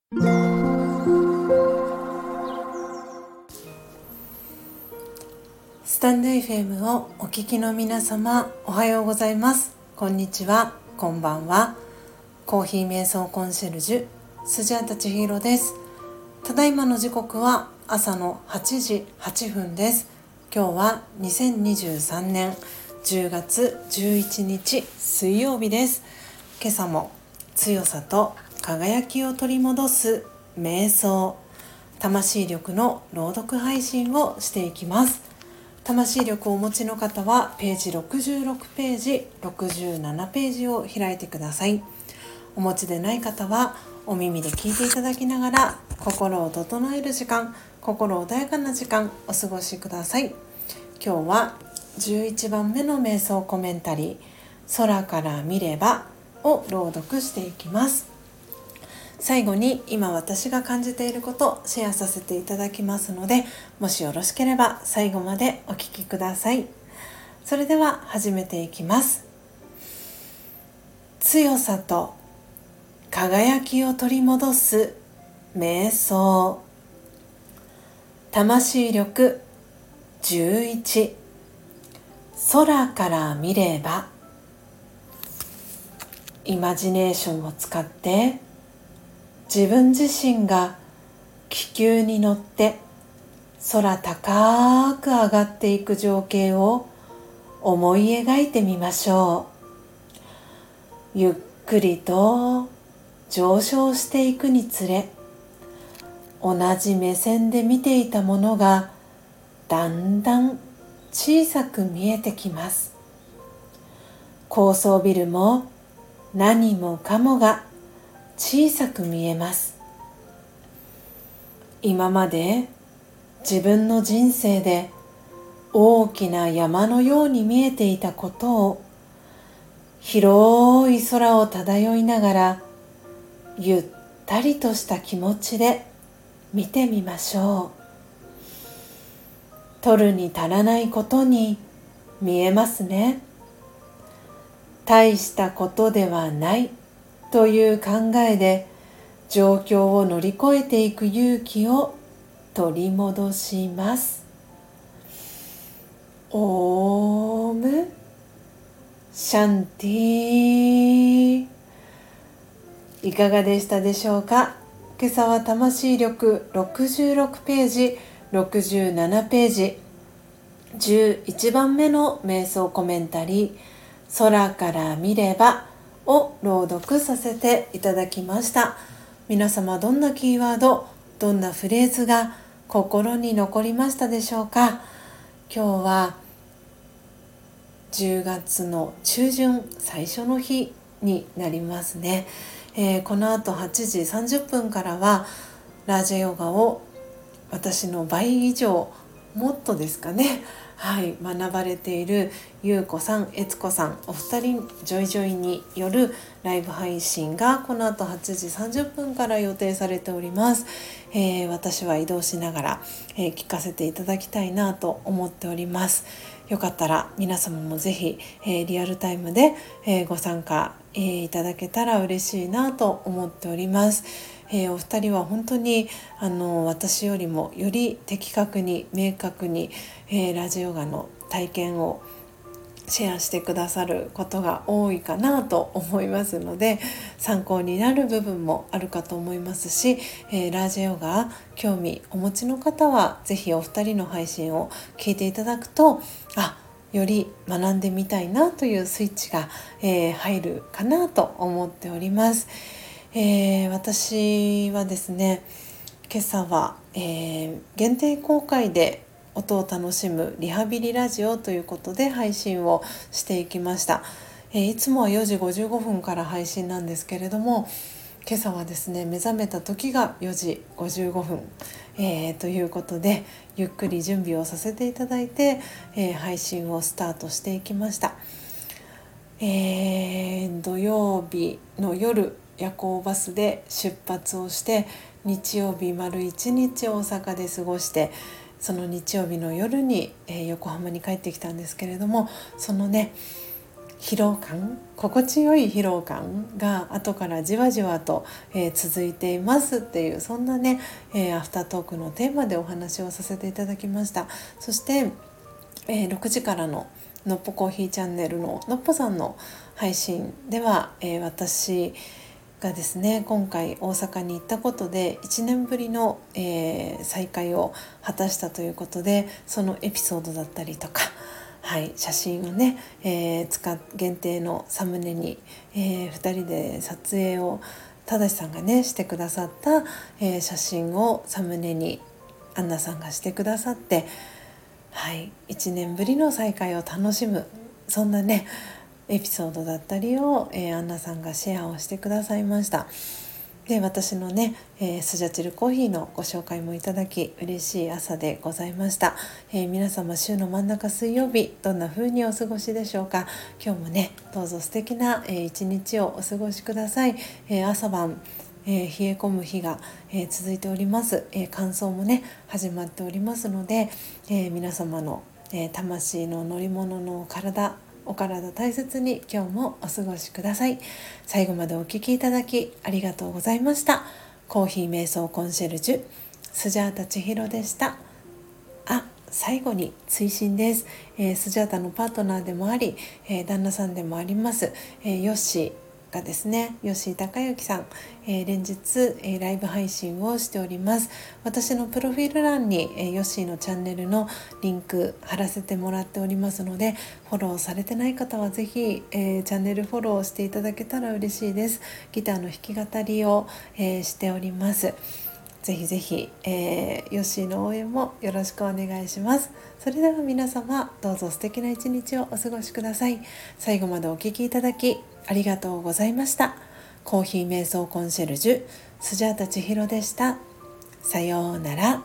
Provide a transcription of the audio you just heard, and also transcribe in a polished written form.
スタンド FM をお聞きの皆様、おはようございます。こんにちは、こんばんは。コーヒー瞑想コンシェルジュスジャータ千尋です。ただいまの時刻は朝の8時8分です。今日は2023年10月11日水曜日です。今朝も強さと輝きを取り戻す瞑想、魂力の朗読配信をしていきます。魂力をお持ちの方はページ66ページ67ページを開いてください。お持ちでない方はお耳で聞いていただきながら心を整える時間、心穏やかな時間お過ごしください。今日は11番目の瞑想コメンタリー、空から見ればを朗読していきます。最後に今私が感じていることをシェアさせていただきますので、もしよろしければ最後までお聞きください。それでは始めていきます。強さと輝きを取り戻す瞑想、魂力11、空から見れば。イマジネーションを使って自分自身が気球に乗って空高く上がっていく情景を思い描いてみましょう。ゆっくりと上昇していくにつれ、同じ目線で見ていたものがだんだん小さく見えてきます。高層ビルも何もかもが小さく見えます。今まで自分の人生で大きな山のように見えていたことを、広い空を漂いながらゆったりとした気持ちで見てみましょう。取るに足らないことに見えますね。大したことではないという考えで状況を乗り越えていく勇気を取り戻します。オームシャンティ。いかがでしたでしょうか。今朝は魂力66ページ67ページ11番目の瞑想コメンタリー、空から見ればを朗読させていただきました。皆様どんなキーワード、どんなフレーズが心に残りましたでしょうか。今日は10月の中旬最初の日になりますね。この後8時30分からはラージャヨガを私の倍以上もっとですかね、学ばれているゆうこさん、えつこさんお二人ジョイジョイによるライブ配信がこの後8時30分から予定されております。私は移動しながら、聞かせていただきたいなと思っております。よかったら皆様もぜひ、リアルタイムで、ご参加、いただけたら嬉しいなと思っております。お二人は本当に私よりもより的確に明確に、ラジオガの体験をシェアしてくださることが多いかなと思いますので、参考になる部分もあるかと思いますし、ラジオガ興味お持ちの方はぜひお二人の配信を聞いていただくと、より学んでみたいなというスイッチが、入るかなと思っております。私はですね、今朝は、限定公開で音を楽しむリハビリラジオということで配信をしていきました。いつもは4時55分から配信なんですけれども、今朝はですね、目覚めた時が4時55分、ということでゆっくり準備をさせていただいて、配信をスタートしていきました。土曜日の夜夜行バスで出発をして、日曜日丸一日大阪で過ごして、その日曜日の夜に、横浜に帰ってきたんですけれども、そのね疲労感、心地よい疲労感が後からじわじわと、続いていますっていう、そんなね、アフタートークのテーマでお話をさせていただきました。そして、6時からののっぽコーヒーチャンネルののっぽさんの配信では、私がですね、今回大阪に行ったことで1年ぶりの、再会を果たしたということで、そのエピソードだったりとか、はい、写真をね、限定のサムネに、2人で撮影をただしさんがねしてくださった、写真をサムネにアンナさんがしてくださって、はい、1年ぶりの再会を楽しむ、そんなねエピソードだったりを、アンナさんがシェアをしてくださいました。で、私のね、スジャチルコーヒーのご紹介もいただき、嬉しい朝でございました。皆様、週の真ん中水曜日、どんな風にお過ごしでしょうか。今日もね、どうぞ素敵な、一日をお過ごしください。朝晩冷え込む日が、続いております。乾燥もね始まっておりますので、皆様の、魂の乗り物のお体大切に今日もお過ごしください。最後までお聞きいただきありがとうございました。コーヒー瞑想コンシェルジュスジャータ千尋でした。最後に追伸です。スジャータのパートナーでもあり、旦那さんでもあります、ヨッシーがですね、吉井孝之さん、連日、ライブ配信をしております。私のプロフィール欄に、吉井のチャンネルのリンク貼らせてもらっておりますので、フォローされてない方はぜひ、チャンネルフォローしていただけたら嬉しいです。ギターの弾き語りを、しております。ぜひぜひ、ヨッシーの応援もよろしくお願いします。それでは皆様、どうぞ素敵な一日をお過ごしください。最後までお聞きいただきありがとうございました。コーヒー瞑想コンシェルジュスジャータ千尋でした。さようなら。